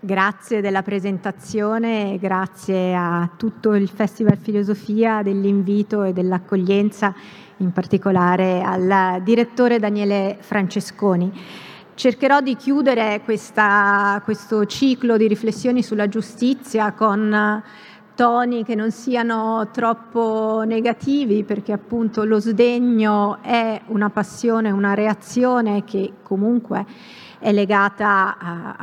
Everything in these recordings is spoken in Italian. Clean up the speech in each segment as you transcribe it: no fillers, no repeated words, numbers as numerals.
Grazie della presentazione e grazie a tutto il Festival Filosofia dell'invito e dell'accoglienza, in particolare al direttore Daniele Francesconi. Cercherò di chiudere questo ciclo di riflessioni sulla giustizia con toni che non siano troppo negativi, perché appunto lo sdegno è una passione, una reazione che comunque è legata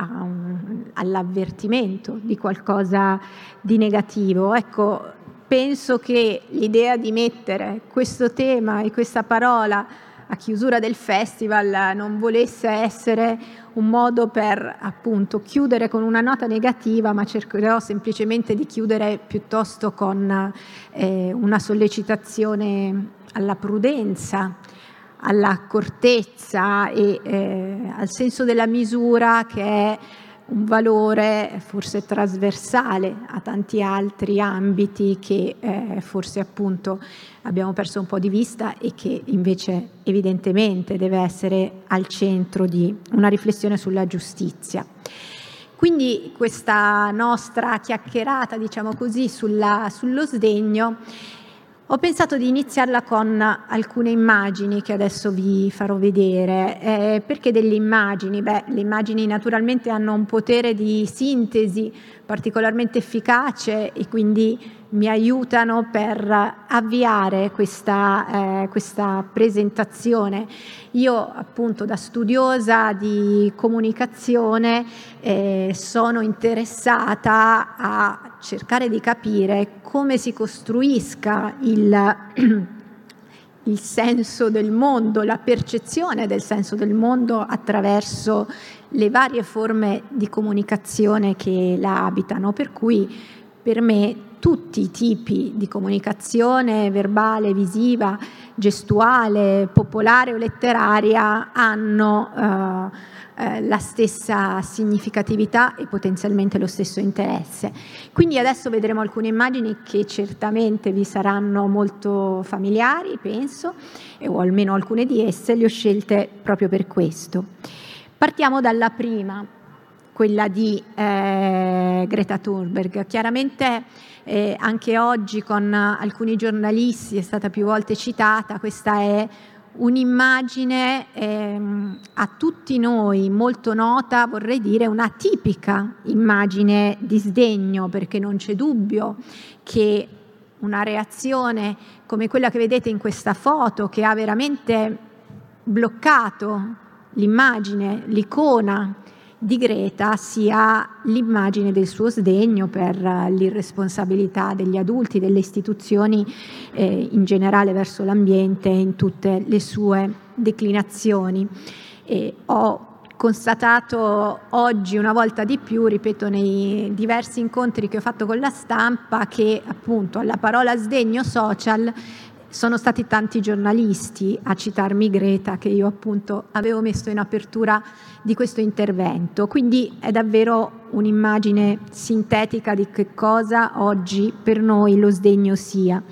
all'avvertimento di qualcosa di negativo. Ecco, penso che l'idea di mettere questo tema e questa parola a chiusura del festival non volesse essere un modo per appunto chiudere con una nota negativa, ma cercherò semplicemente di chiudere piuttosto con una sollecitazione alla prudenza, all'accortezza e al senso della misura, che è un valore forse trasversale a tanti altri ambiti che forse appunto abbiamo perso un po' di vista e che invece evidentemente deve essere al centro di una riflessione sulla giustizia. Quindi questa nostra chiacchierata, diciamo così, sullo sdegno, ho pensato di iniziarla con alcune immagini che adesso vi farò vedere. Perché delle immagini? Beh, le immagini naturalmente hanno un potere di sintesi particolarmente efficace e quindi mi aiutano per avviare questa presentazione. Io appunto da studiosa di comunicazione sono interessata a cercare di capire come si costruisca il senso del mondo, la percezione del senso del mondo attraverso le varie forme di comunicazione che la abitano, per cui per me tutti i tipi di comunicazione, verbale, visiva, gestuale, popolare o letteraria, hanno la stessa significativamente e potenzialmente lo stesso interesse. Quindi adesso vedremo alcune immagini che certamente vi saranno molto familiari, penso, o almeno alcune di esse le ho scelte proprio per questo. Partiamo dalla prima, quella di Greta Thunberg. Chiaramente anche oggi con alcuni giornalisti è stata più volte citata. Questa è un'immagine a tutti noi molto nota, vorrei dire una tipica immagine di sdegno, perché non c'è dubbio che una reazione come quella che vedete in questa foto, che ha veramente bloccato l'immagine, l'icona di Greta, sia l'immagine del suo sdegno per l'irresponsabilità degli adulti, delle istituzioni in generale verso l'ambiente in tutte le sue declinazioni. Ho constatato oggi una volta di più, ripeto, nei diversi incontri che ho fatto con la stampa, che appunto alla parola sdegno social sono stati tanti giornalisti a citarmi Greta, che io appunto avevo messo in apertura di questo intervento. Quindi è davvero un'immagine sintetica di che cosa oggi per noi lo sdegno sia.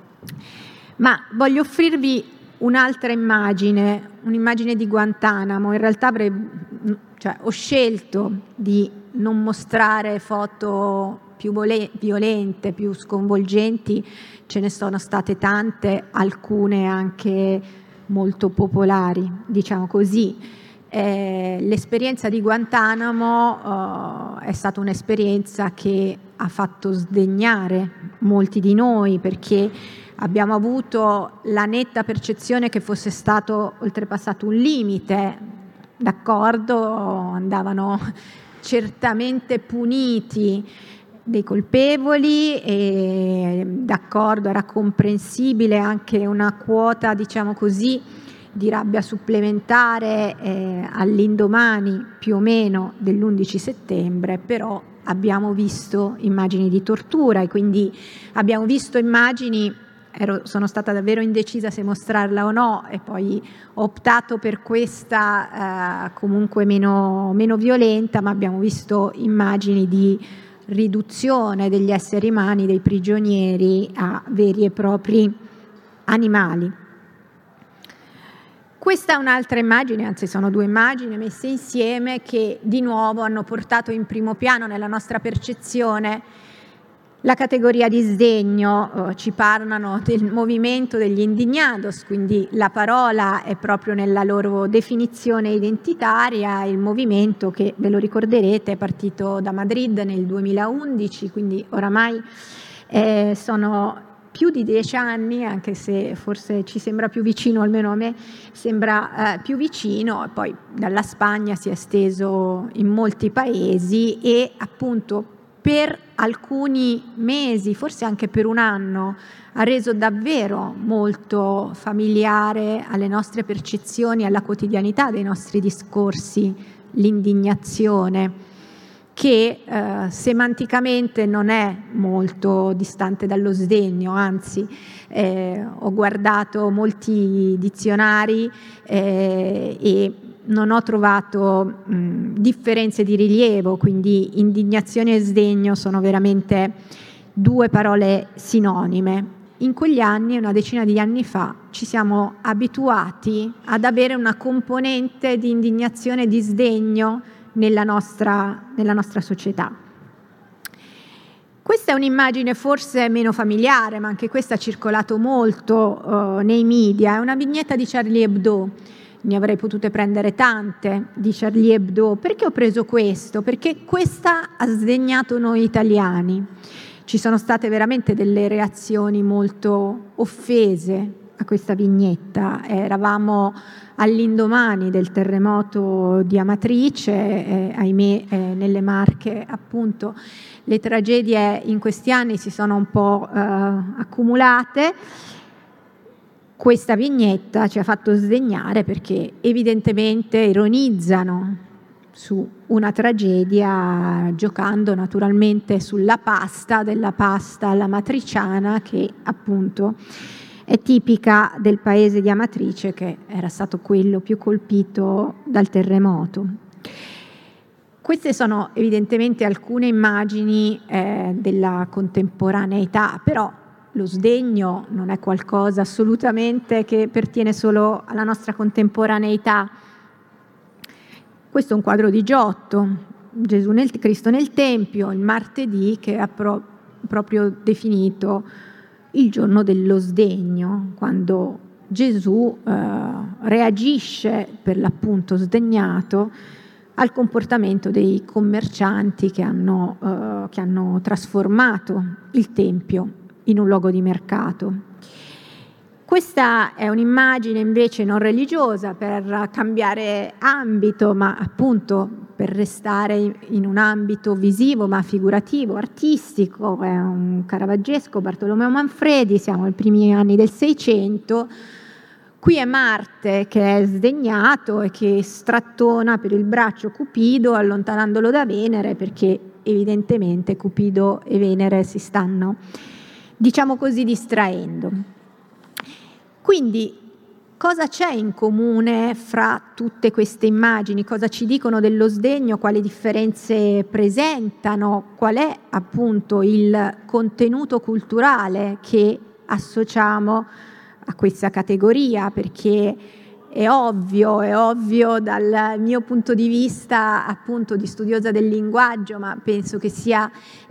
Ma voglio offrirvi un'altra immagine, un'immagine di Guantanamo. In realtà ho scelto di non mostrare foto più violente, più sconvolgenti. Ce ne sono state tante, alcune anche molto popolari, diciamo così. L'esperienza di Guantanamo è stata un'esperienza che ha fatto sdegnare molti di noi, perché abbiamo avuto la netta percezione che fosse stato oltrepassato un limite. D'accordo, andavano certamente puniti dei colpevoli e d'accordo, era comprensibile anche una quota, diciamo così, di rabbia supplementare all'indomani più o meno dell'11 settembre, però abbiamo visto immagini di tortura e quindi abbiamo visto immagini, sono stata davvero indecisa se mostrarla o no e poi ho optato per questa comunque meno violenta, ma abbiamo visto immagini di riduzione degli esseri umani, dei prigionieri, a veri e propri animali. Questa è un'altra immagine, anzi sono due immagini messe insieme che di nuovo hanno portato in primo piano nella nostra percezione la categoria di sdegno. Ci parlano del movimento degli indignados, quindi la parola è proprio nella loro definizione identitaria, il movimento che, ve lo ricorderete, è partito da Madrid nel 2011, quindi oramai sono più di 10 anni, anche se forse ci sembra più vicino, almeno a me sembra più vicino, e poi dalla Spagna si è esteso in molti paesi e appunto per alcuni mesi, forse anche per un anno, ha reso davvero molto familiare alle nostre percezioni, alla quotidianità dei nostri discorsi, l'indignazione, che semanticamente non è molto distante dallo sdegno, anzi ho guardato molti dizionari e non ho trovato differenze di rilievo, quindi indignazione e sdegno sono veramente due parole sinonime. In quegli anni, una decina di anni fa, ci siamo abituati ad avere una componente di indignazione e di sdegno nella nostra società. Questa è un'immagine forse meno familiare, ma anche questa ha circolato molto nei media, è una vignetta di Charlie Hebdo. Ne avrei potute prendere tante di Charlie Hebdo. Perché ho preso questo? Perché questa ha sdegnato noi italiani. Ci sono state veramente delle reazioni molto offese a questa vignetta. Eravamo all'indomani del terremoto di Amatrice, ahimè nelle Marche appunto le tragedie in questi anni si sono un po' accumulate. Questa vignetta ci ha fatto sdegnare perché evidentemente ironizzano su una tragedia giocando naturalmente sulla pasta, della pasta alla matriciana, che appunto è tipica del paese di Amatrice, che era stato quello più colpito dal terremoto. Queste sono evidentemente alcune immagini della contemporaneità, però lo sdegno non è qualcosa assolutamente che pertiene solo alla nostra contemporaneità. Questo è un quadro di Giotto, Cristo nel Tempio, il martedì, che ha proprio definito il giorno dello sdegno, quando Gesù reagisce, per l'appunto sdegnato, al comportamento dei commercianti che hanno trasformato il Tempio in un luogo di mercato. Questa è un'immagine invece non religiosa, per cambiare ambito, ma appunto per restare in un ambito visivo ma figurativo, artistico. È un caravaggesco, Bartolomeo Manfredi, siamo ai primi anni del Seicento. Qui è Marte che è sdegnato e che strattona per il braccio Cupido allontanandolo da Venere, perché evidentemente Cupido e Venere si stanno, diciamo così, distraendo. Quindi cosa c'è in comune fra tutte queste immagini? Cosa ci dicono dello sdegno? Quali differenze presentano? Qual è appunto il contenuto culturale che associamo a questa categoria? Perché è ovvio dal mio punto di vista appunto di studiosa del linguaggio, ma penso che sia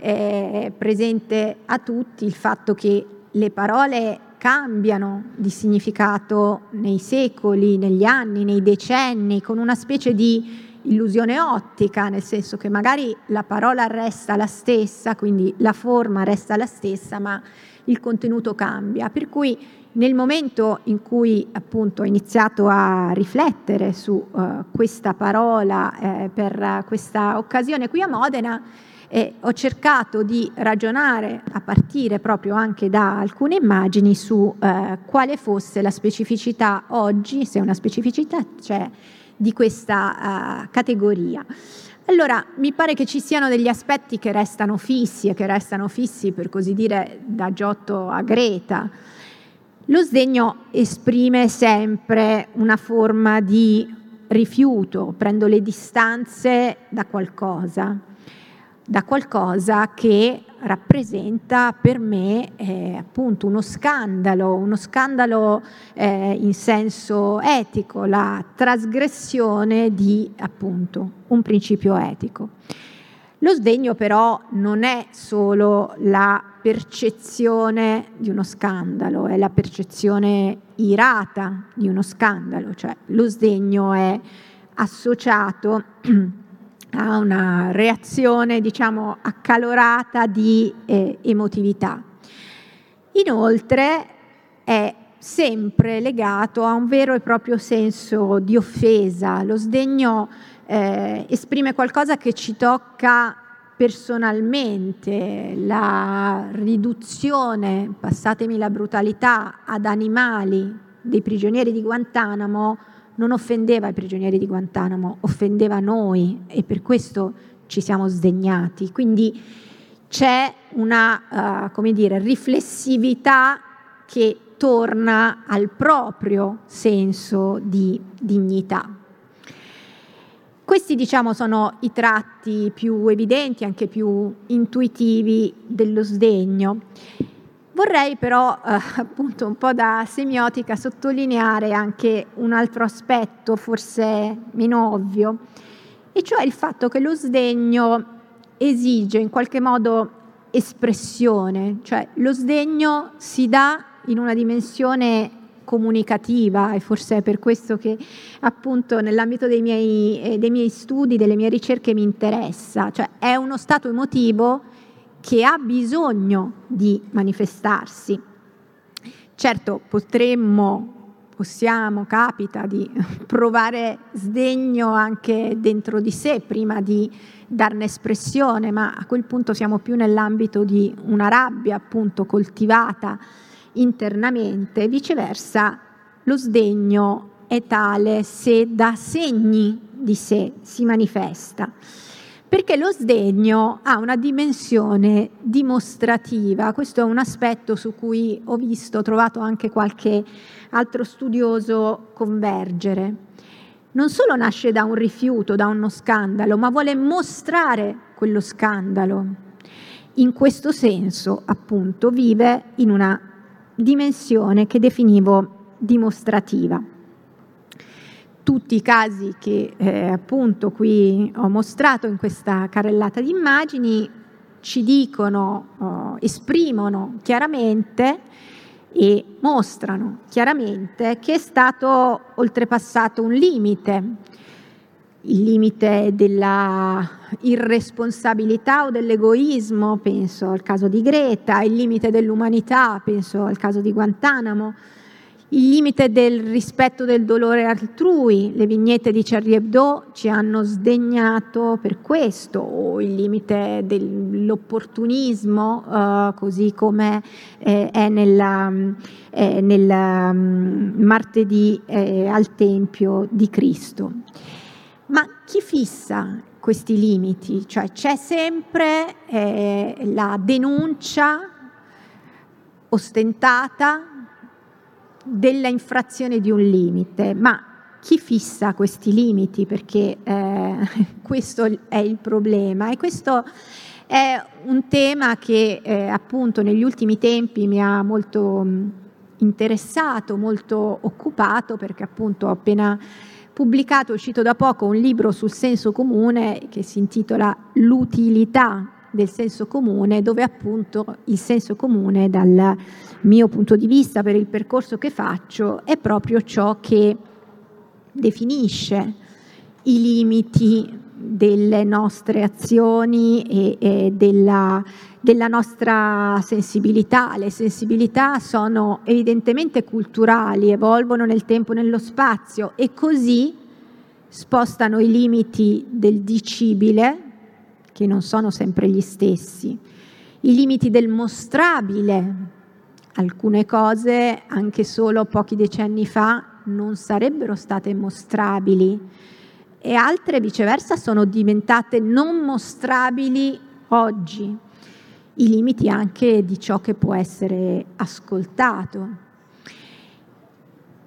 presente a tutti il fatto che le parole cambiano di significato nei secoli, negli anni, nei decenni, con una specie di illusione ottica, nel senso che magari la parola resta la stessa, quindi la forma resta la stessa, ma il contenuto cambia. Per cui nel momento in cui appunto ho iniziato a riflettere su questa parola per questa occasione qui a Modena, ho cercato di ragionare a partire proprio anche da alcune immagini su quale fosse la specificità oggi, se una specificità c'è, di questa categoria. Allora, mi pare che ci siano degli aspetti che restano fissi per così dire da Giotto a Greta. Lo sdegno esprime sempre una forma di rifiuto, prendo le distanze da qualcosa. da qualcosa che rappresenta per me appunto uno scandalo in senso etico, la trasgressione di appunto un principio etico. Lo sdegno però non è solo la percezione di uno scandalo, è la percezione irata di uno scandalo, cioè lo sdegno è associato a una reazione, diciamo, accalorata di emotività. Inoltre è sempre legato a un vero e proprio senso di offesa. Lo sdegno esprime qualcosa che ci tocca personalmente, la riduzione, passatemi la brutalità, ad animali dei prigionieri di Guantanamo non offendeva i prigionieri di Guantanamo, offendeva noi, e per questo ci siamo sdegnati. Quindi c'è una riflessività che torna al proprio senso di dignità. Questi, diciamo, sono i tratti più evidenti, anche più intuitivi dello sdegno. Vorrei però, appunto, un po' da semiotica sottolineare anche un altro aspetto, forse meno ovvio, e cioè il fatto che lo sdegno esige in qualche modo espressione, cioè lo sdegno si dà in una dimensione comunicativa, e forse è per questo che appunto nell'ambito dei miei studi, delle mie ricerche mi interessa, cioè è uno stato emotivo che ha bisogno di manifestarsi. Certo, capita di provare sdegno anche dentro di sé prima di darne espressione, ma a quel punto siamo più nell'ambito di una rabbia appunto coltivata internamente. Viceversa, lo sdegno è tale se da segni di sé si manifesta, perché lo sdegno ha una dimensione dimostrativa. Questo è un aspetto su cui ho trovato anche qualche altro studioso convergere. Non solo nasce da un rifiuto, da uno scandalo, ma vuole mostrare quello scandalo. In questo senso, appunto, vive in una dimensione che definivo dimostrativa. Tutti i casi che appunto qui ho mostrato in questa carrellata di immagini ci dicono, esprimono chiaramente e mostrano chiaramente che è stato oltrepassato un limite, il limite della irresponsabilità o dell'egoismo, penso al caso di Greta, il limite dell'umanità, penso al caso di Guantanamo, il limite del rispetto del dolore altrui. Le vignette di Charlie Hebdo ci hanno sdegnato per questo, o il limite dell'opportunismo, così come è nel martedì al Tempio di Cristo. Ma chi fissa questi limiti? Cioè c'è sempre la denuncia ostentata della infrazione di un limite, ma chi fissa questi limiti? Perché questo è il problema, e questo è un tema che appunto negli ultimi tempi mi ha molto interessato, molto occupato, perché appunto ho appena pubblicato, è uscito da poco, un libro sul senso comune che si intitola L'utilità del senso comune, dove appunto il senso comune, dal mio punto di vista, per il percorso che faccio, è proprio ciò che definisce i limiti delle nostre azioni e della nostra sensibilità. Le sensibilità sono evidentemente culturali, evolvono nel tempo e nello spazio, e così spostano i limiti del dicibile, che non sono sempre gli stessi, i limiti del mostrabile. Alcune cose anche solo pochi decenni fa non sarebbero state mostrabili, e altre viceversa sono diventate non mostrabili oggi. I limiti anche di ciò che può essere ascoltato.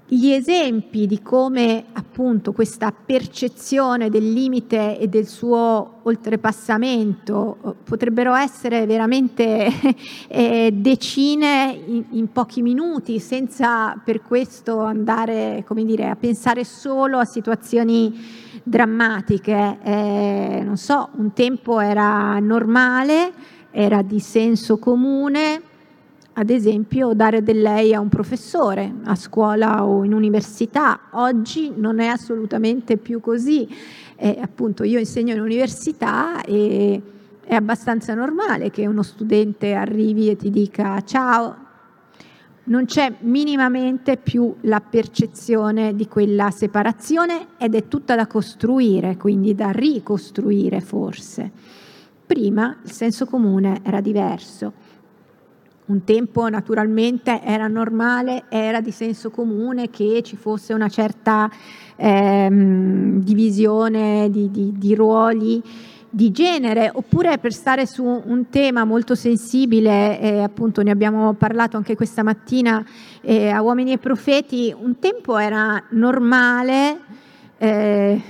Gli esempi di come appunto questa percezione del limite e del suo oltrepassamento potrebbero essere veramente decine in pochi minuti, senza per questo andare, come dire, a pensare solo a situazioni drammatiche. Non so, un tempo era normale, era di senso comune, ad esempio, dare del lei a un professore a scuola o in università. Oggi non è assolutamente più così. Appunto, io insegno in università e è abbastanza normale che uno studente arrivi e ti dica ciao. Non c'è minimamente più la percezione di quella separazione ed è tutta da costruire, quindi da ricostruire forse. Prima il senso comune era diverso. Un tempo naturalmente era normale, era di senso comune che ci fosse una certa divisione di ruoli di genere, oppure, per stare su un tema molto sensibile, appunto ne abbiamo parlato anche questa mattina a Uomini e Profeti, un tempo era normale per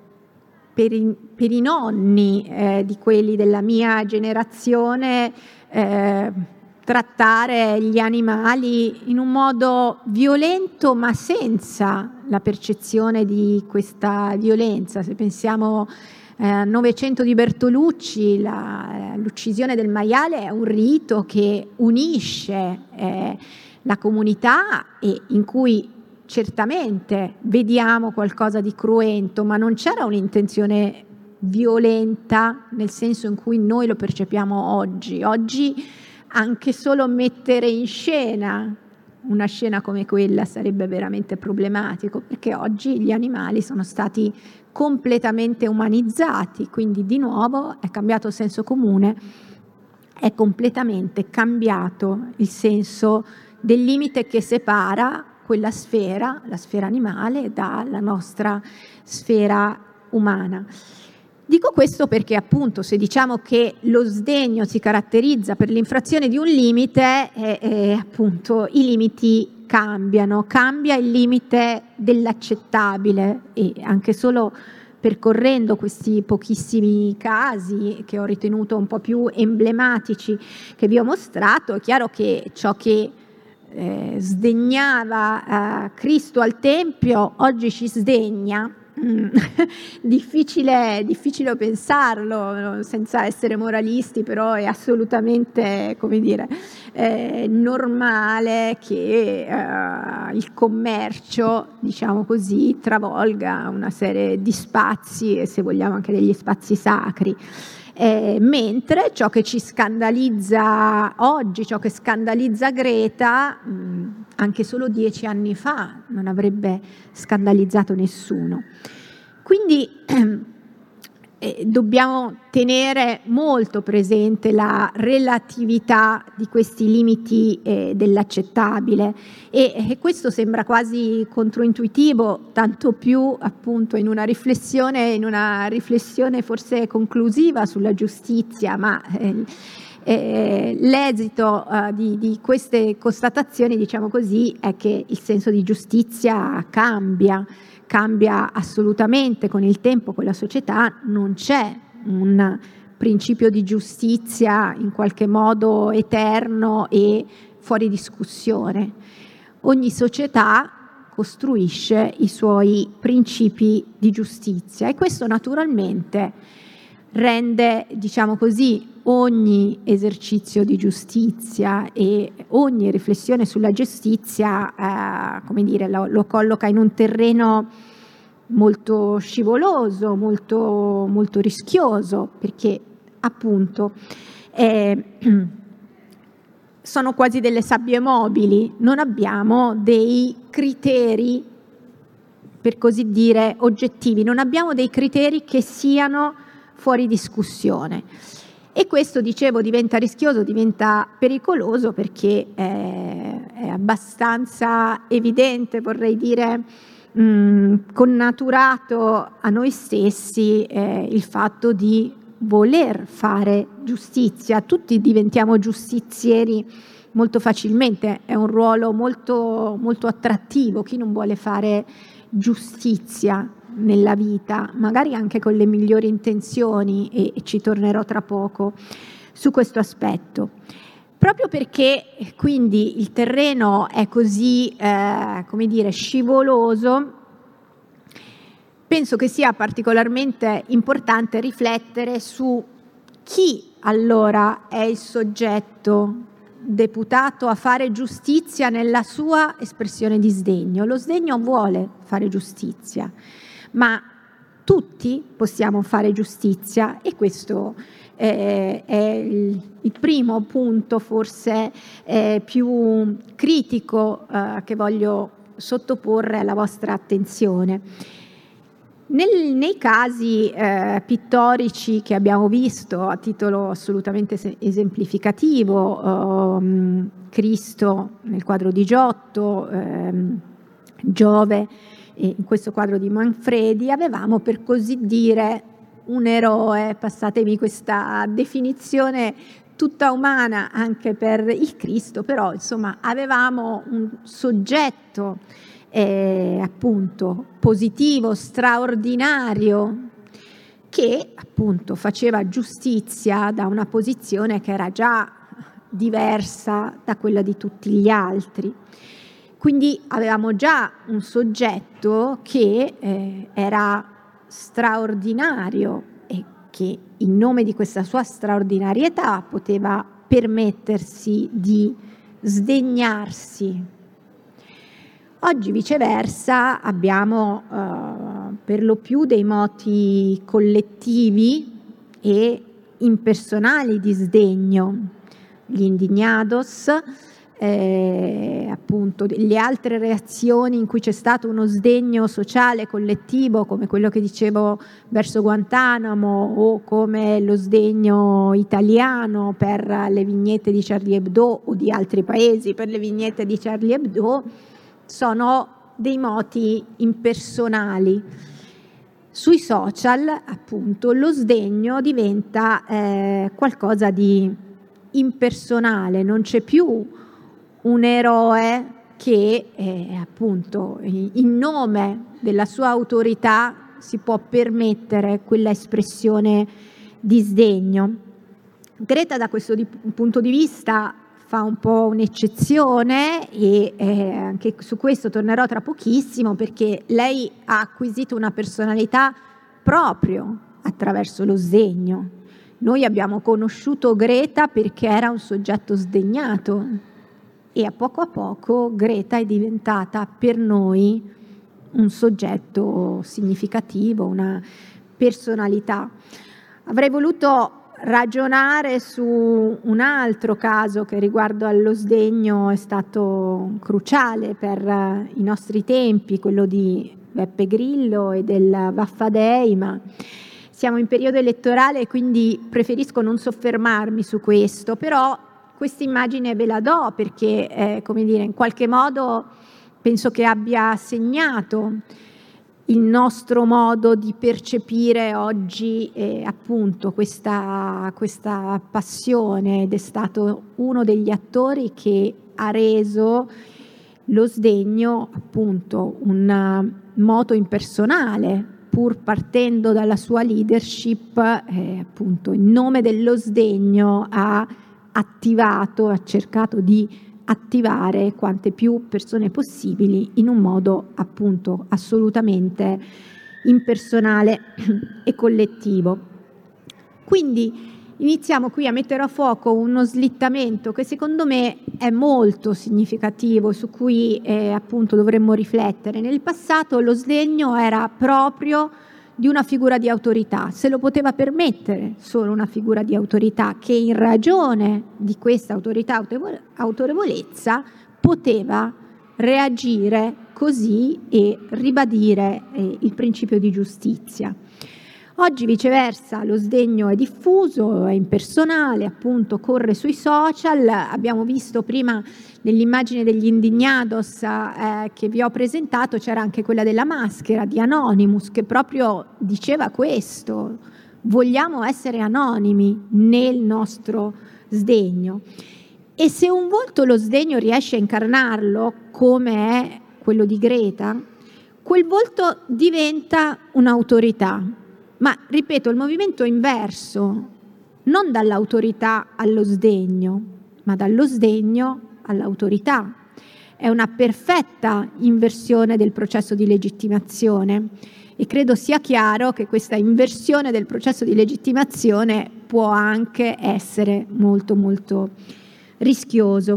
i nonni di quelli della mia generazione trattare gli animali in un modo violento, ma senza la percezione di questa violenza. Se pensiamo al Novecento di Bertolucci, l'uccisione del maiale è un rito che unisce la comunità e in cui certamente vediamo qualcosa di cruento, ma non c'era un'intenzione violenta nel senso in cui noi lo percepiamo oggi. Oggi anche solo mettere in scena una scena come quella sarebbe veramente problematico, perché oggi gli animali sono stati completamente umanizzati, quindi di nuovo è cambiato il senso comune, è completamente cambiato il senso del limite che separa quella sfera, la sfera animale, dalla nostra sfera umana. Dico questo perché appunto se diciamo che lo sdegno si caratterizza per l'infrazione di un limite, appunto i limiti cambiano, cambia il limite dell'accettabile, e anche solo percorrendo questi pochissimi casi che ho ritenuto un po' più emblematici che vi ho mostrato, è chiaro che ciò che sdegnava Cristo al Tempio oggi ci sdegna. Difficile pensarlo senza essere moralisti, però è assolutamente, come dire, normale che il commercio, diciamo così, travolga una serie di spazi e, se vogliamo, anche degli spazi sacri. Mentre ciò che ci scandalizza oggi, ciò che scandalizza Greta, anche solo 10 anni fa non avrebbe scandalizzato nessuno. Quindi dobbiamo tenere molto presente la relatività di questi limiti dell'accettabile, e questo sembra quasi controintuitivo, tanto più appunto in una riflessione forse conclusiva sulla giustizia, ma l'esito di queste constatazioni, diciamo così, è che il senso di giustizia cambia assolutamente con il tempo, con la società. Non c'è un principio di giustizia in qualche modo eterno e fuori discussione. Ogni società costruisce i suoi principi di giustizia e questo naturalmente rende, diciamo così, ogni esercizio di giustizia e ogni riflessione sulla giustizia, come dire, lo colloca in un terreno molto scivoloso, molto, molto rischioso, perché appunto sono quasi delle sabbie mobili, non abbiamo dei criteri, per così dire, oggettivi, non abbiamo dei criteri che siano fuori discussione. E questo, dicevo, diventa rischioso, diventa pericoloso, perché è abbastanza evidente, vorrei dire, connaturato a noi stessi il fatto di voler fare giustizia. Tutti diventiamo giustizieri molto facilmente, è un ruolo molto, molto attrattivo. Chi non vuole fare giustizia nella vita, magari anche con le migliori intenzioni, e ci tornerò tra poco su questo aspetto. Proprio perché quindi il terreno è così, come dire, scivoloso, penso che sia particolarmente importante riflettere su chi allora è il soggetto deputato a fare giustizia nella sua espressione di sdegno. Lo sdegno vuole fare giustizia, ma tutti possiamo fare giustizia, e questo è il primo punto forse più critico che voglio sottoporre alla vostra attenzione. Nei casi pittorici che abbiamo visto a titolo assolutamente esemplificativo, Cristo nel quadro di Giotto, Giove in questo quadro di Manfredi, avevamo, per così dire, un eroe, passatemi questa definizione tutta umana anche per il Cristo, però insomma avevamo un soggetto appunto positivo, straordinario, che appunto faceva giustizia da una posizione che era già diversa da quella di tutti gli altri. Quindi avevamo già un soggetto che era straordinario e che in nome di questa sua straordinarietà poteva permettersi di sdegnarsi. Oggi viceversa abbiamo per lo più dei moti collettivi e impersonali di sdegno, gli indignados, appunto le altre reazioni in cui c'è stato uno sdegno sociale collettivo, come quello che dicevo verso Guantanamo, o come lo sdegno italiano per le vignette di Charlie Hebdo, o di altri paesi per le vignette di Charlie Hebdo, sono dei moti impersonali. Sui social, appunto, lo sdegno diventa qualcosa di impersonale, non c'è più un eroe che appunto in nome della sua autorità si può permettere quella espressione di sdegno. Greta da questo punto di vista fa un po' un'eccezione, e anche su questo tornerò tra pochissimo, perché lei ha acquisito una personalità proprio attraverso lo sdegno. Noi abbiamo conosciuto Greta perché era un soggetto sdegnato, e a poco Greta è diventata per noi un soggetto significativo, una personalità. Avrei voluto ragionare su un altro caso che riguardo allo sdegno è stato cruciale per i nostri tempi, quello di Beppe Grillo e del Vaffadei, ma siamo in periodo elettorale, quindi preferisco non soffermarmi su questo, però questa immagine ve la do perché, come dire, in qualche modo penso che abbia segnato il nostro modo di percepire oggi appunto questa passione, ed è stato uno degli attori che ha reso lo sdegno appunto un moto impersonale, pur partendo dalla sua leadership, appunto in nome dello sdegno ha cercato di attivare quante più persone possibili in un modo appunto assolutamente impersonale e collettivo. Quindi iniziamo qui a mettere a fuoco uno slittamento che secondo me è molto significativo, su cui appunto dovremmo riflettere. Nel passato lo sdegno era proprio di una figura di autorità, se lo poteva permettere solo una figura di autorità che in ragione di questa autorevolezza poteva reagire così e ribadire il principio di giustizia. Oggi viceversa lo sdegno è diffuso, è impersonale, appunto corre sui social. Abbiamo visto prima nell'immagine degli indignados che vi ho presentato, c'era anche quella della maschera di Anonymous che proprio diceva questo: vogliamo essere anonimi nel nostro sdegno. E se un volto lo sdegno riesce a incarnarlo, come è quello di Greta, quel volto diventa un'autorità. Ma, ripeto, il movimento è inverso, non dall'autorità allo sdegno, ma dallo sdegno all'autorità. È una perfetta inversione del processo di legittimazione e credo sia chiaro che questa inversione del processo di legittimazione può anche essere molto molto rischioso.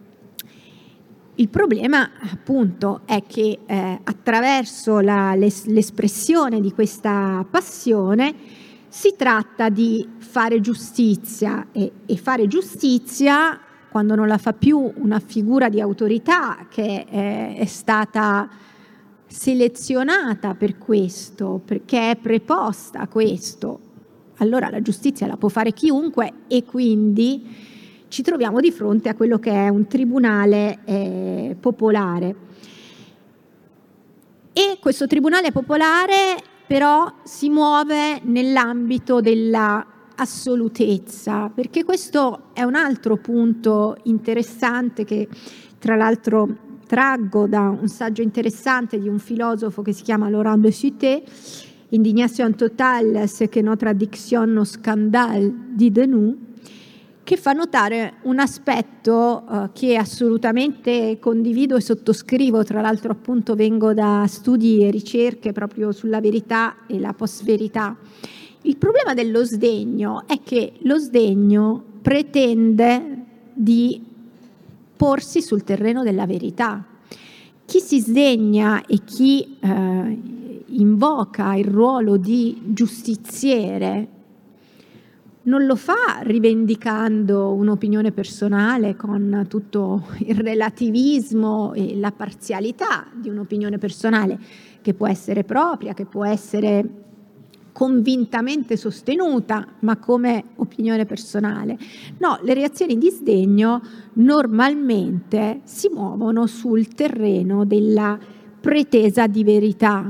Il problema appunto è che attraverso l'espressione di questa passione si tratta di fare giustizia e fare giustizia quando non la fa più una figura di autorità che è stata selezionata per questo, perché è preposta a questo. Allora la giustizia la può fare chiunque e quindi ci troviamo di fronte a quello che è un tribunale popolare. E questo tribunale popolare però si muove nell'ambito della assolutezza, perché questo è un altro punto interessante che tra l'altro traggo da un saggio interessante di un filosofo che si chiama Laurent de Suté, Indignation totale, c'est que notre addiction au scandale di Denou, che fa notare un aspetto che assolutamente condivido e sottoscrivo. Tra l'altro appunto vengo da studi e ricerche proprio sulla verità e la post-verità. Il problema dello sdegno è che lo sdegno pretende di porsi sul terreno della verità. Chi si sdegna e chi invoca il ruolo di giustiziere non lo fa rivendicando un'opinione personale con tutto il relativismo e la parzialità di un'opinione personale che può essere propria, che può essere convintamente sostenuta, ma come opinione personale. No, le reazioni di sdegno normalmente si muovono sul terreno della pretesa di verità.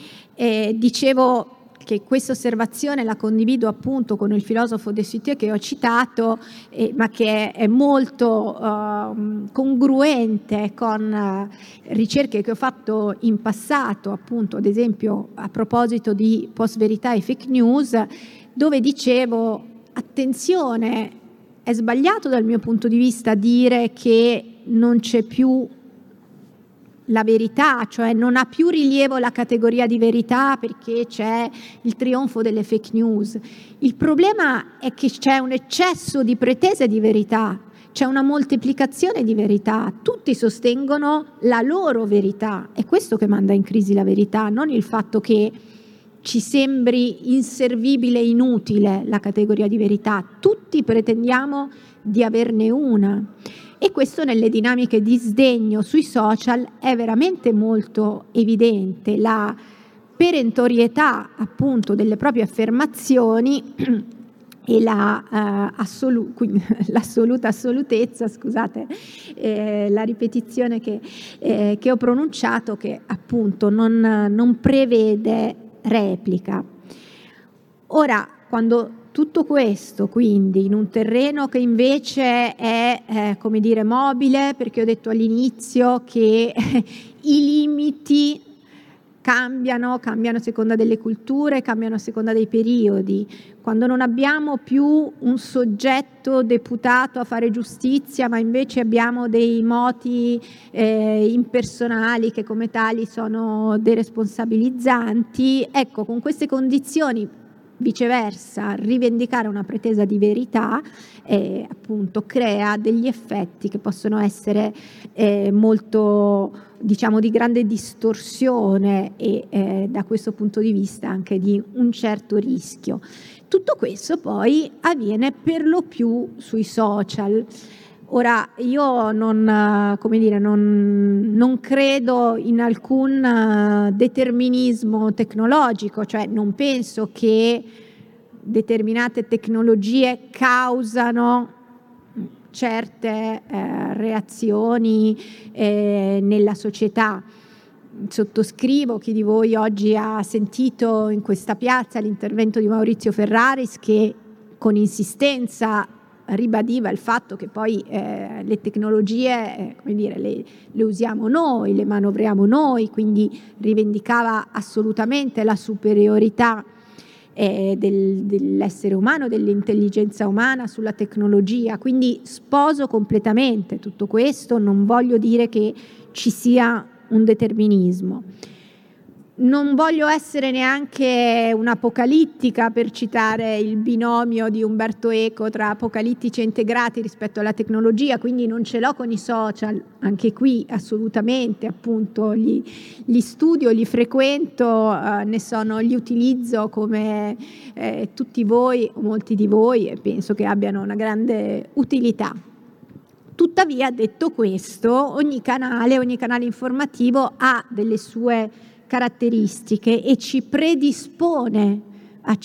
Dicevo che questa osservazione la condivido appunto con il filosofo de Suté che ho citato, ma che è molto congruente con ricerche che ho fatto in passato, appunto ad esempio a proposito di post-verità e fake news, dove dicevo attenzione, è sbagliato dal mio punto di vista dire che non c'è più la verità, cioè non ha più rilievo la categoria di verità perché c'è il trionfo delle fake news. Il problema è che c'è un eccesso di pretese di verità, c'è una moltiplicazione di verità, tutti sostengono la loro verità, è questo che manda in crisi la verità, non il fatto che ci sembri inservibile e inutile la categoria di verità, tutti pretendiamo di averne una. E questo nelle dinamiche di sdegno sui social è veramente molto evidente, la perentorietà appunto delle proprie affermazioni e l'assoluta assolutezza, scusate la ripetizione che ho pronunciato, che appunto non prevede replica. Ora, quando tutto questo, quindi, in un terreno che invece è, come dire, mobile, perché ho detto all'inizio che i limiti cambiano a seconda delle culture, cambiano a seconda dei periodi. Quando non abbiamo più un soggetto deputato a fare giustizia, ma invece abbiamo dei moti impersonali che come tali sono deresponsabilizzanti, ecco, con queste condizioni, viceversa, rivendicare una pretesa di verità appunto crea degli effetti che possono essere molto, diciamo, di grande distorsione e da questo punto di vista anche di un certo rischio. Tutto questo poi avviene per lo più sui social. Ora, io non credo in alcun determinismo tecnologico, cioè non penso che determinate tecnologie causano certe reazioni nella società. Sottoscrivo chi di voi oggi ha sentito in questa piazza l'intervento di Maurizio Ferraris, che con insistenza ribadiva il fatto che poi le tecnologie come dire, le usiamo noi, le manovriamo noi, quindi rivendicava assolutamente la superiorità dell'essere umano, dell'intelligenza umana sulla tecnologia. Quindi sposo completamente tutto questo, non voglio dire che ci sia un determinismo. Non voglio essere neanche un'apocalittica, per citare il binomio di Umberto Eco tra apocalittici e integrati rispetto alla tecnologia, quindi non ce l'ho con i social, anche qui assolutamente, appunto, li studio, li frequento, li utilizzo come tutti voi o molti di voi, e penso che abbiano una grande utilità. Tuttavia, detto questo, ogni canale informativo ha delle sue caratteristiche e ci predispone a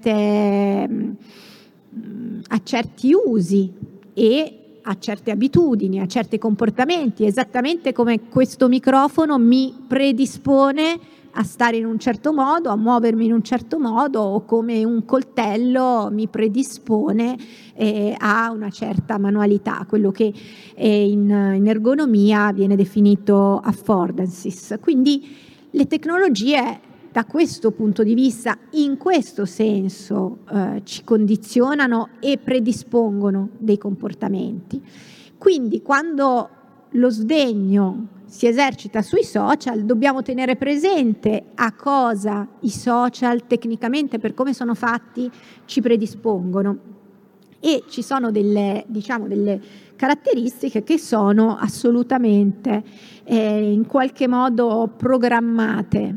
certi usi e a certe abitudini, a certi comportamenti, esattamente come questo microfono mi predispone a stare in un certo modo, a muovermi in un certo modo, o come un coltello mi predispone a una certa manualità, quello che in ergonomia viene definito affordances. Quindi le tecnologie, da questo punto di vista, in questo senso, ci condizionano e predispongono dei comportamenti. Quindi quando lo sdegno si esercita sui social, dobbiamo tenere presente a cosa i social tecnicamente, per come sono fatti, ci predispongono. E ci sono delle caratteristiche che sono assolutamente in qualche modo programmate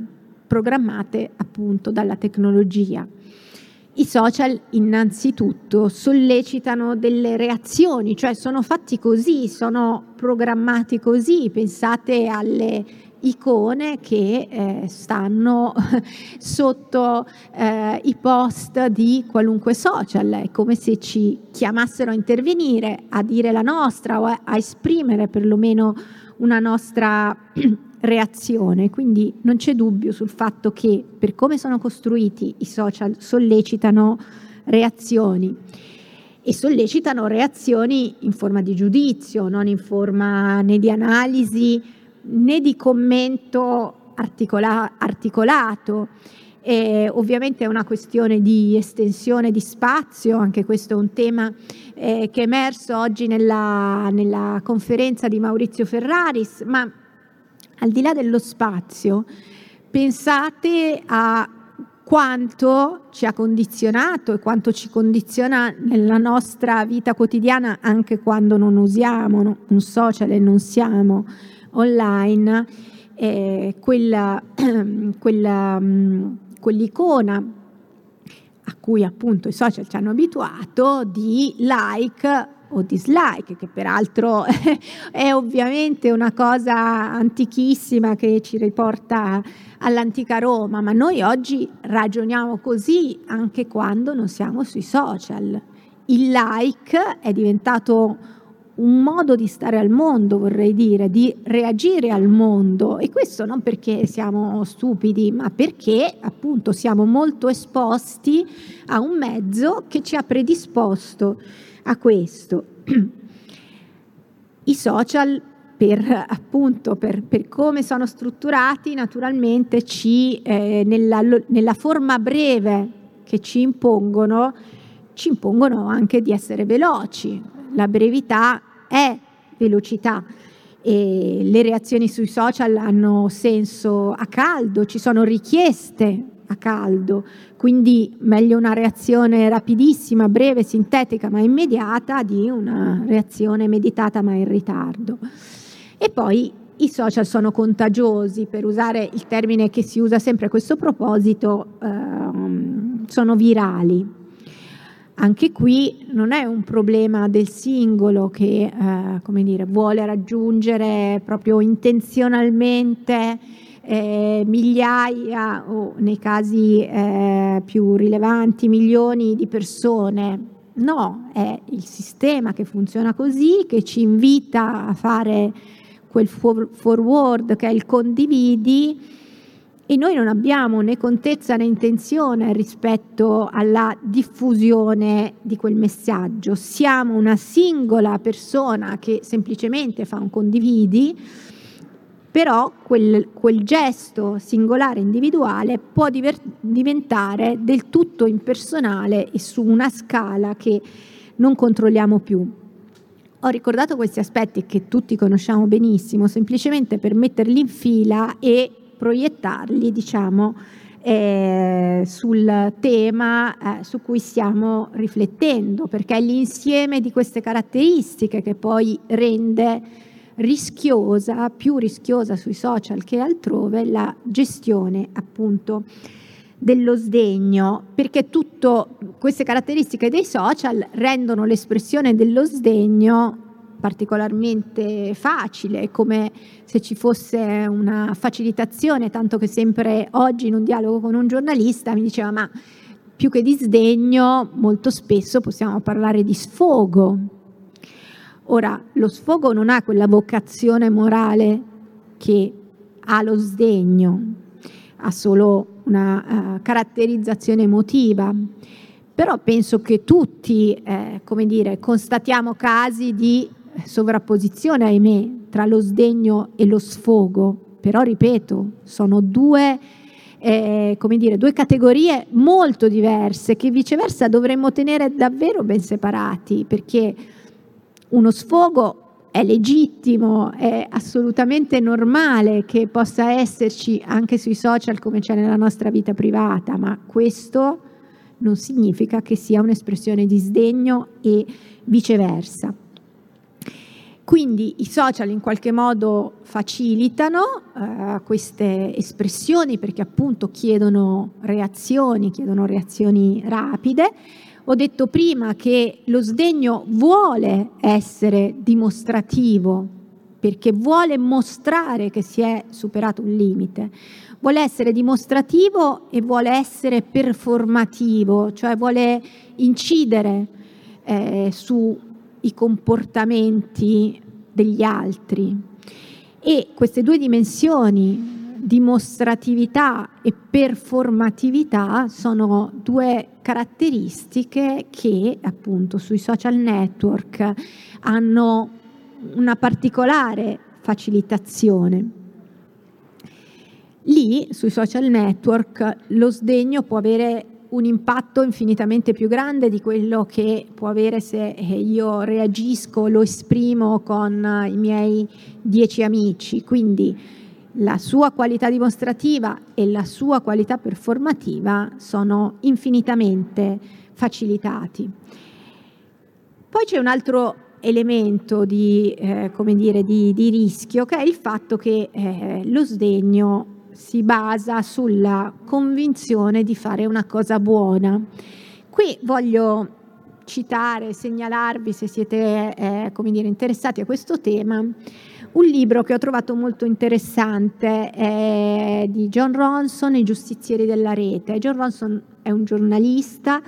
appunto dalla tecnologia. I social innanzitutto sollecitano delle reazioni, cioè sono fatti così, sono programmati così. Pensate alle icone che stanno sotto i post di qualunque social. È come se ci chiamassero a intervenire, a dire la nostra o a esprimere perlomeno una nostra reazione. Quindi non c'è dubbio sul fatto che, per come sono costruiti, i social sollecitano reazioni, e sollecitano reazioni in forma di giudizio, non in forma né di analisi né di commento articolato. Ovviamente è una questione di estensione di spazio, anche questo è un tema che è emerso oggi nella conferenza di Maurizio Ferraris, ma al di là dello spazio, pensate a quanto ci ha condizionato e quanto ci condiziona nella nostra vita quotidiana, anche quando non usiamo un social e non siamo online, quell'icona a cui appunto i social ci hanno abituato di like o dislike, che peraltro è ovviamente una cosa antichissima che ci riporta all'antica Roma, ma noi oggi ragioniamo così anche quando non siamo sui social. Il like è diventato un modo di stare al mondo, vorrei dire, di reagire al mondo, e questo non perché siamo stupidi, ma perché appunto siamo molto esposti a un mezzo che ci ha predisposto a questo. I social, per come sono strutturati, naturalmente nella forma breve che ci impongono anche di essere veloci. La brevità è velocità, e le reazioni sui social hanno senso a caldo, ci sono richieste a caldo, quindi meglio una reazione rapidissima, breve, sintetica ma immediata di una reazione meditata ma in ritardo. E poi i social sono contagiosi, per usare il termine che si usa sempre a questo proposito, sono virali. Anche qui non è un problema del singolo che vuole raggiungere proprio intenzionalmente migliaia, o nei casi più rilevanti milioni di persone. No, è il sistema che funziona così, che ci invita a fare quel forward che è il condividi, e noi non abbiamo né contezza né intenzione rispetto alla diffusione di quel messaggio. Siamo una singola persona che semplicemente fa un condividi, però quel gesto singolare individuale può diventare del tutto impersonale e su una scala che non controlliamo più. Ho ricordato questi aspetti che tutti conosciamo benissimo, semplicemente per metterli in fila e proiettarli, diciamo, sul tema su cui stiamo riflettendo, perché è l'insieme di queste caratteristiche che poi rende rischiosa, più rischiosa sui social che altrove, la gestione appunto dello sdegno, perché tutte queste caratteristiche dei social rendono l'espressione dello sdegno particolarmente facile, come se ci fosse una facilitazione, tanto che sempre oggi in un dialogo con un giornalista mi diceva: ma più che di sdegno molto spesso possiamo parlare di sfogo. Ora, lo sfogo non ha quella vocazione morale che ha lo sdegno, ha solo una caratterizzazione emotiva, però penso che tutti, constatiamo casi di sovrapposizione, ahimè, tra lo sdegno e lo sfogo, però ripeto, sono due categorie molto diverse che viceversa dovremmo tenere davvero ben separati, perché uno sfogo è legittimo, è assolutamente normale che possa esserci anche sui social come c'è nella nostra vita privata, ma questo non significa che sia un'espressione di sdegno e viceversa. Quindi i social in qualche modo facilitano queste espressioni, perché appunto chiedono reazioni rapide. Ho detto prima che lo sdegno vuole essere dimostrativo, perché vuole mostrare che si è superato un limite, vuole essere dimostrativo e vuole essere performativo, cioè vuole incidere sui comportamenti degli altri. E queste due dimensioni, dimostratività e performatività, sono due caratteristiche che appunto sui social network hanno una particolare facilitazione. Lì sui social network lo sdegno può avere un impatto infinitamente più grande di quello che può avere se io reagisco, lo esprimo con i miei 10 amici, quindi la sua qualità dimostrativa e la sua qualità performativa sono infinitamente facilitati. Poi c'è un altro elemento di rischio, che è il fatto che lo sdegno si basa sulla convinzione di fare una cosa buona. Qui voglio citare, segnalarvi, se siete interessati a questo tema, un libro che ho trovato molto interessante di Jon Ronson, I giustizieri della rete. Jon Ronson è un giornalista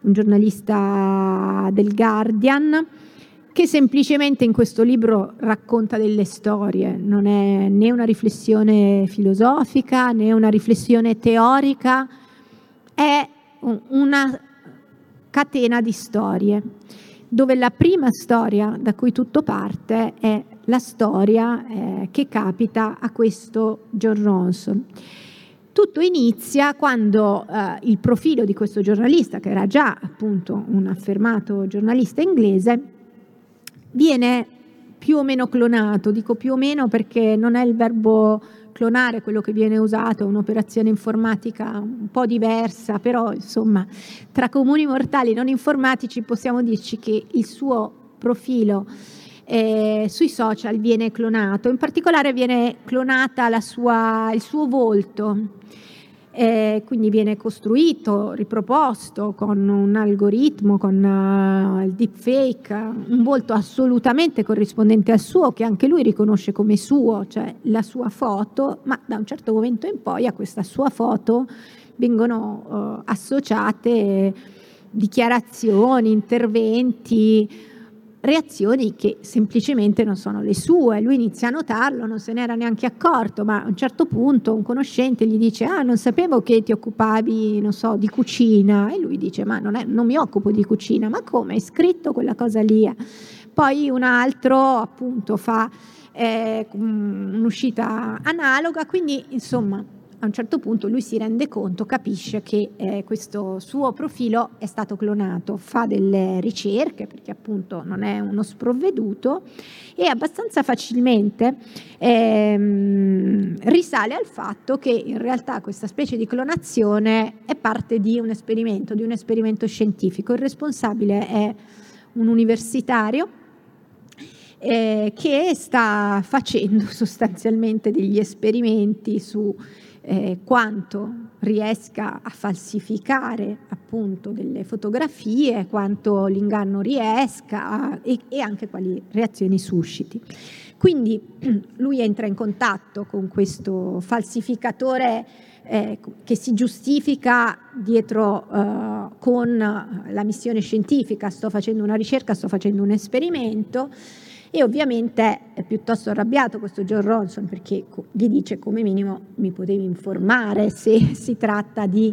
del Guardian, che semplicemente in questo libro racconta delle storie, non è né una riflessione filosofica né una riflessione teorica, è una catena di storie, dove la prima storia da cui tutto parte è la storia che capita a questo Jon Ronson. Tutto inizia quando il profilo di questo giornalista, che era già appunto un affermato giornalista inglese, viene più o meno clonato. Dico più o meno perché non è il verbo clonare quello che viene usato, è un'operazione informatica un po' diversa, però insomma tra comuni mortali non informatici possiamo dirci che il suo profilo sui social viene clonato. In particolare viene clonata il suo volto. Quindi viene costruito, riproposto con un algoritmo, con il deepfake, un volto assolutamente corrispondente al suo, che anche lui riconosce come suo, cioè la sua foto, ma da un certo momento in poi a questa sua foto vengono associate dichiarazioni, interventi reazioni che semplicemente non sono le sue. Lui inizia a notarlo, non se n'era neanche accorto, ma a un certo punto un conoscente gli dice: ah, non sapevo che ti occupavi, non so, di cucina. E lui dice: ma non mi occupo di cucina. Ma come, hai scritto quella cosa lì? Poi un altro appunto fa un'uscita analoga, quindi insomma a un certo punto lui si rende conto, capisce che questo suo profilo è stato clonato, fa delle ricerche perché appunto non è uno sprovveduto e abbastanza facilmente risale al fatto che in realtà questa specie di clonazione è parte di un esperimento scientifico. Il responsabile è un universitario che sta facendo sostanzialmente degli esperimenti su quanto riesca a falsificare appunto delle fotografie, quanto l'inganno riesca e anche quali reazioni susciti. Quindi lui entra in contatto con questo falsificatore che si giustifica dietro con la missione scientifica: sto facendo una ricerca, sto facendo un esperimento. E ovviamente è piuttosto arrabbiato questo Jon Ronson, perché gli dice: come minimo mi potevi informare se si tratta di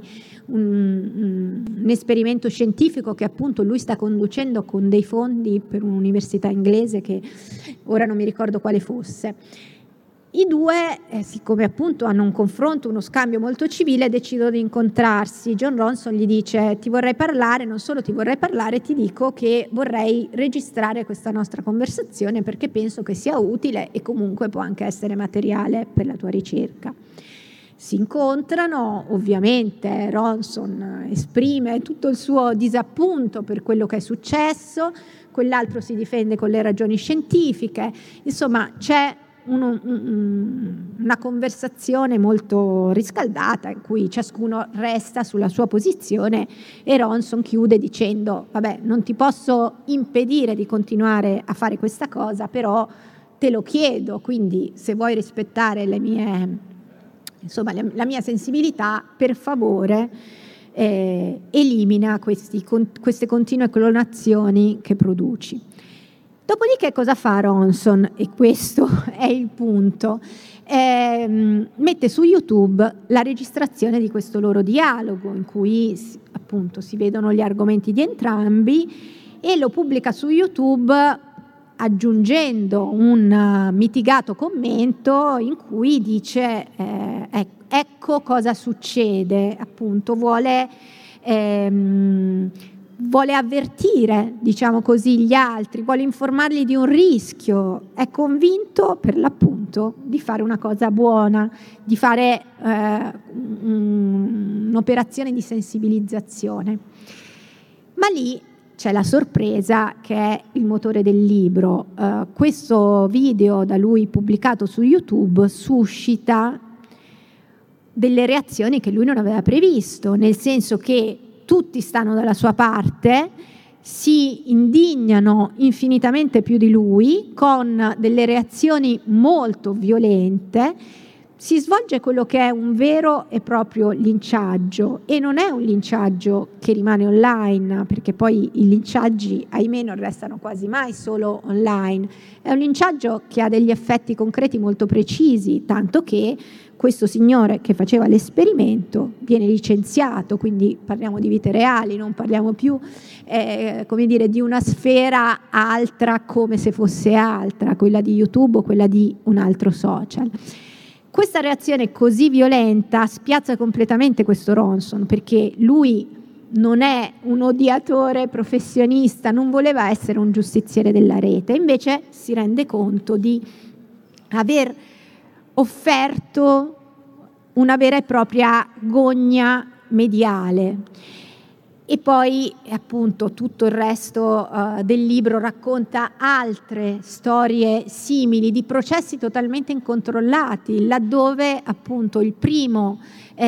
un esperimento scientifico che appunto lui sta conducendo con dei fondi per un'università inglese che ora non mi ricordo quale fosse. I due, siccome appunto hanno un confronto, uno scambio molto civile, decidono di incontrarsi. Jon Ronson gli dice: ti vorrei parlare, non solo ti vorrei parlare, ti dico che vorrei registrare questa nostra conversazione perché penso che sia utile e comunque può anche essere materiale per la tua ricerca. Si incontrano, ovviamente Ronson esprime tutto il suo disappunto per quello che è successo, quell'altro si difende con le ragioni scientifiche, insomma c'è una conversazione molto riscaldata in cui ciascuno resta sulla sua posizione e Ronson chiude dicendo: vabbè, non ti posso impedire di continuare a fare questa cosa, però te lo chiedo, quindi se vuoi rispettare le mie, insomma, la mia sensibilità, per favore elimina queste continue clonazioni che produci. Dopodiché cosa fa Ronson? E questo è il punto. Mette su YouTube la registrazione di questo loro dialogo in cui appunto si vedono gli argomenti di entrambi e lo pubblica su YouTube aggiungendo un mitigato commento in cui dice ecco cosa succede, appunto vuole avvertire, diciamo così, gli altri, vuole informarli di un rischio, è convinto per l'appunto di fare una cosa buona, di fare un'operazione di sensibilizzazione. Ma lì c'è la sorpresa che è il motore del libro. Questo video da lui pubblicato su YouTube suscita delle reazioni che lui non aveva previsto, nel senso che tutti stanno dalla sua parte, si indignano infinitamente più di lui, con delle reazioni molto violente. Si svolge quello che è un vero e proprio linciaggio, e non è un linciaggio che rimane online, perché poi i linciaggi, ahimè, non restano quasi mai solo online. È un linciaggio che ha degli effetti concreti molto precisi, tanto che questo signore che faceva l'esperimento viene licenziato, quindi parliamo di vite reali, non parliamo più come dire, di una sfera altra come se fosse altra, quella di YouTube o quella di un altro social. Questa reazione così violenta spiazza completamente questo Ronson, perché lui non è un odiatore professionista, non voleva essere un giustiziere della rete, invece si rende conto di aver offerto una vera e propria gogna mediale. E poi appunto tutto il resto del libro racconta altre storie simili di processi totalmente incontrollati, laddove appunto il primo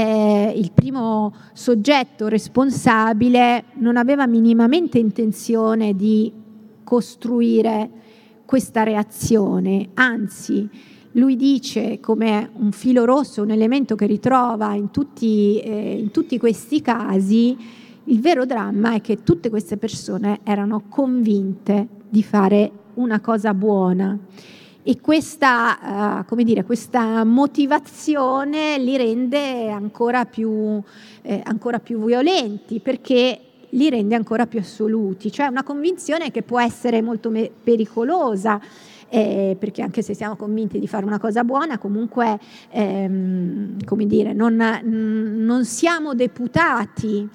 soggetto responsabile non aveva minimamente intenzione di costruire questa reazione, anzi lui dice, come un filo rosso, un elemento che ritrova in tutti questi casi, il vero dramma è che tutte queste persone erano convinte di fare una cosa buona. E questa, come dire, questa motivazione li rende ancora più violenti, perché li rende ancora più assoluti, cioè una convinzione che può essere molto pericolosa, perché anche se siamo convinti di fare una cosa buona, comunque come dire, non siamo deputati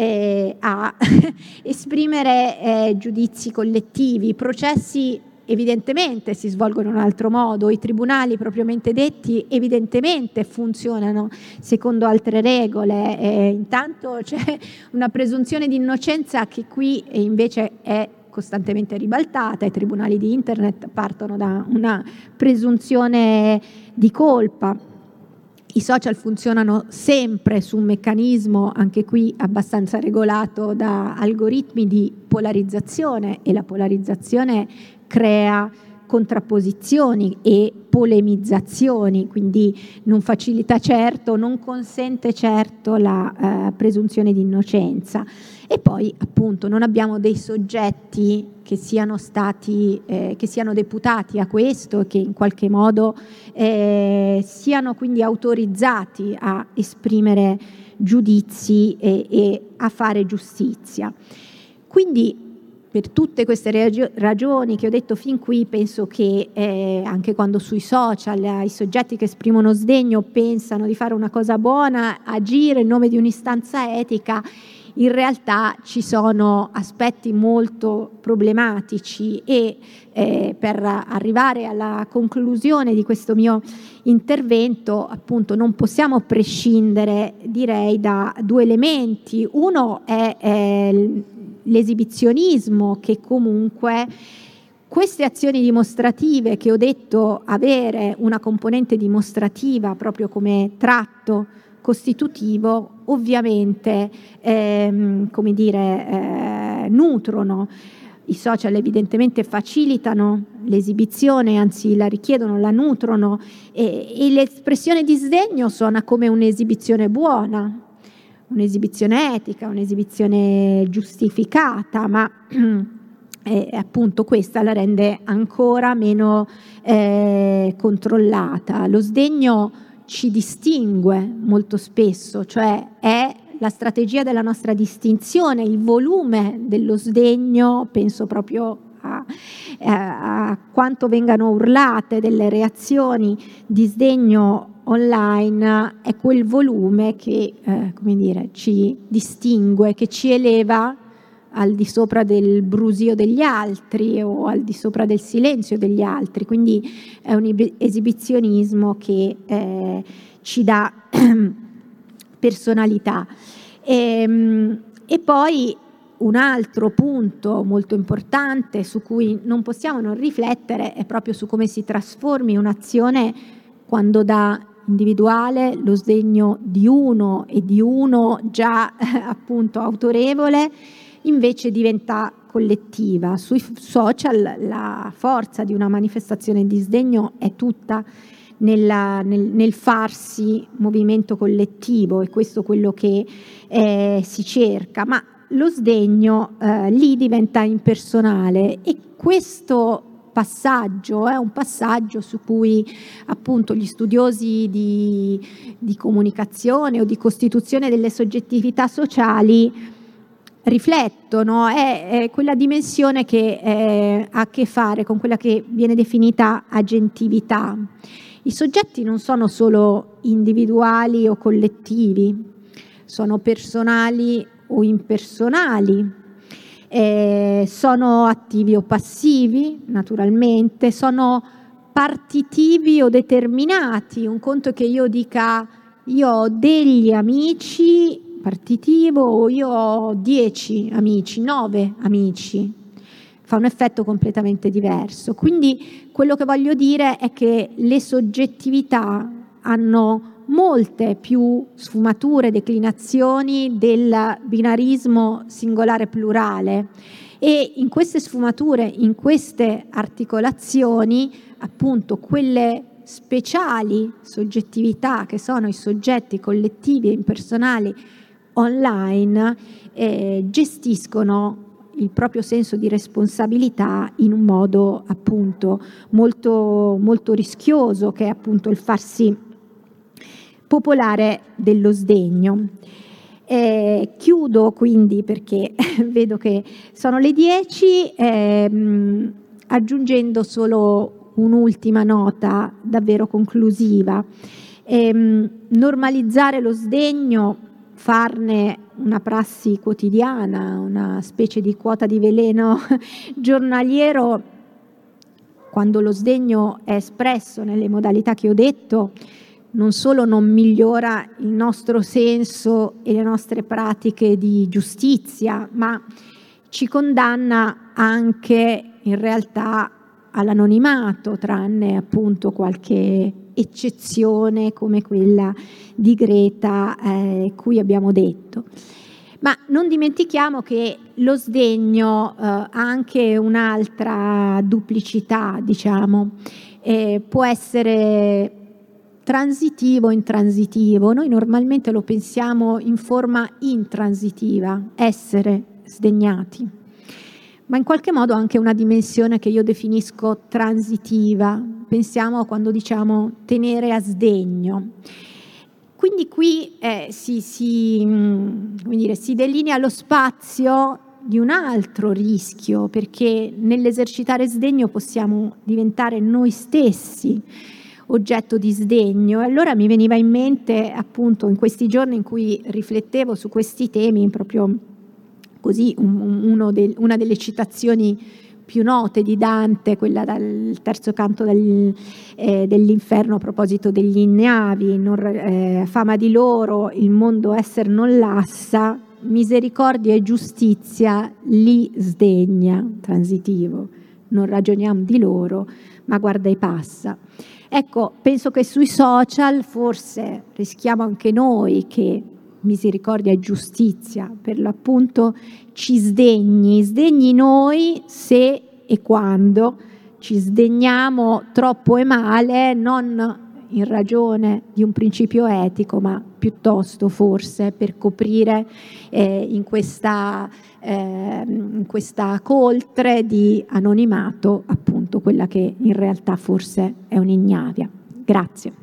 a esprimere giudizi collettivi. I processi evidentemente si svolgono in un altro modo, i tribunali propriamente detti evidentemente funzionano secondo altre regole, intanto c'è una presunzione di innocenza che qui invece è costantemente ribaltata. I tribunali di internet partono da una presunzione di colpa. I social funzionano sempre su un meccanismo, anche qui abbastanza regolato da algoritmi di polarizzazione, e la polarizzazione crea contrapposizioni e polemizzazioni, quindi non facilita certo, non consente certo la presunzione di innocenza. E poi appunto non abbiamo dei soggetti che siano deputati a questo e che in qualche modo siano quindi autorizzati a esprimere giudizi e a fare giustizia. Quindi per tutte queste ragioni che ho detto fin qui, penso che anche quando sui social i soggetti che esprimono sdegno pensano di fare una cosa buona, agire in nome di un'istanza etica, in realtà ci sono aspetti molto problematici e per arrivare alla conclusione di questo mio intervento, appunto, non possiamo prescindere, direi, da due elementi. Uno è l'esibizionismo, che comunque queste azioni dimostrative, che ho detto avere una componente dimostrativa proprio come tratto costitutivo, ovviamente come dire, nutrono. I social evidentemente facilitano l'esibizione, anzi la richiedono, la nutrono, e l'espressione di sdegno suona come un'esibizione buona, un'esibizione etica, un'esibizione giustificata, ma appunto questa la rende ancora meno controllata. Lo sdegno ci distingue molto spesso, cioè è la strategia della nostra distinzione. Il volume dello sdegno, penso proprio a quanto vengano urlate delle reazioni di sdegno online, è quel volume che come dire, ci distingue, che ci eleva al di sopra del brusio degli altri o al di sopra del silenzio degli altri. Quindi è un esibizionismo che ci dà personalità. E poi un altro punto molto importante su cui non possiamo non riflettere è proprio su come si trasformi un'azione quando da individuale lo sdegno di uno e di uno già appunto autorevole invece diventa collettiva. Sui social la forza di una manifestazione di sdegno è tutta nel farsi movimento collettivo, e questo è quello che si cerca, ma lo sdegno lì diventa impersonale, e questo passaggio è un passaggio su cui appunto gli studiosi di comunicazione o di costituzione delle soggettività sociali riflettono. È quella dimensione che ha a che fare con quella che viene definita agentività. I soggetti non sono solo individuali o collettivi, sono personali o impersonali, sono attivi o passivi, naturalmente, sono partitivi o determinati. Un conto è che io dica io ho degli amici, partitivo, o io ho 10 amici, 9 amici, fa un effetto completamente diverso. Quindi quello che voglio dire è che le soggettività hanno molte più sfumature, declinazioni del binarismo singolare plurale, e in queste sfumature, in queste articolazioni, appunto quelle speciali soggettività che sono i soggetti collettivi e impersonali online gestiscono il proprio senso di responsabilità in un modo appunto molto, molto rischioso, che è appunto il farsi popolare dello sdegno. Chiudo quindi, perché vedo che sono le 10, aggiungendo solo un'ultima nota davvero conclusiva. Normalizzare lo sdegno, farne una prassi quotidiana, una specie di quota di veleno giornaliero, quando lo sdegno è espresso nelle modalità che ho detto, non solo non migliora il nostro senso e le nostre pratiche di giustizia, ma ci condanna anche in realtà all'anonimato, tranne appunto qualche eccezione come quella di Greta, cui abbiamo detto. Ma non dimentichiamo che lo sdegno ha anche un'altra duplicità, diciamo, può essere transitivo o intransitivo. Noi normalmente lo pensiamo in forma intransitiva, essere sdegnati, ma in qualche modo anche una dimensione che io definisco transitiva. Pensiamo quando diciamo tenere a sdegno. Quindi qui si delinea lo spazio di un altro rischio, perché nell'esercitare sdegno possiamo diventare noi stessi oggetto di sdegno. E allora mi veniva in mente, appunto, in questi giorni in cui riflettevo su questi temi, proprio così una delle citazioni più note di Dante, quella dal terzo canto dell'inferno a proposito degli ignavi, fama di loro il mondo esser non lassa, misericordia e giustizia li sdegna, transitivo, non ragioniamo di loro, ma guarda e passa. Ecco, penso che sui social forse rischiamo anche noi che misericordia e giustizia per l'appunto ci sdegni noi se e quando ci sdegniamo troppo e male, non in ragione di un principio etico, ma piuttosto forse per coprire in questa coltre di anonimato appunto quella che in realtà forse è un'ignavia. Grazie.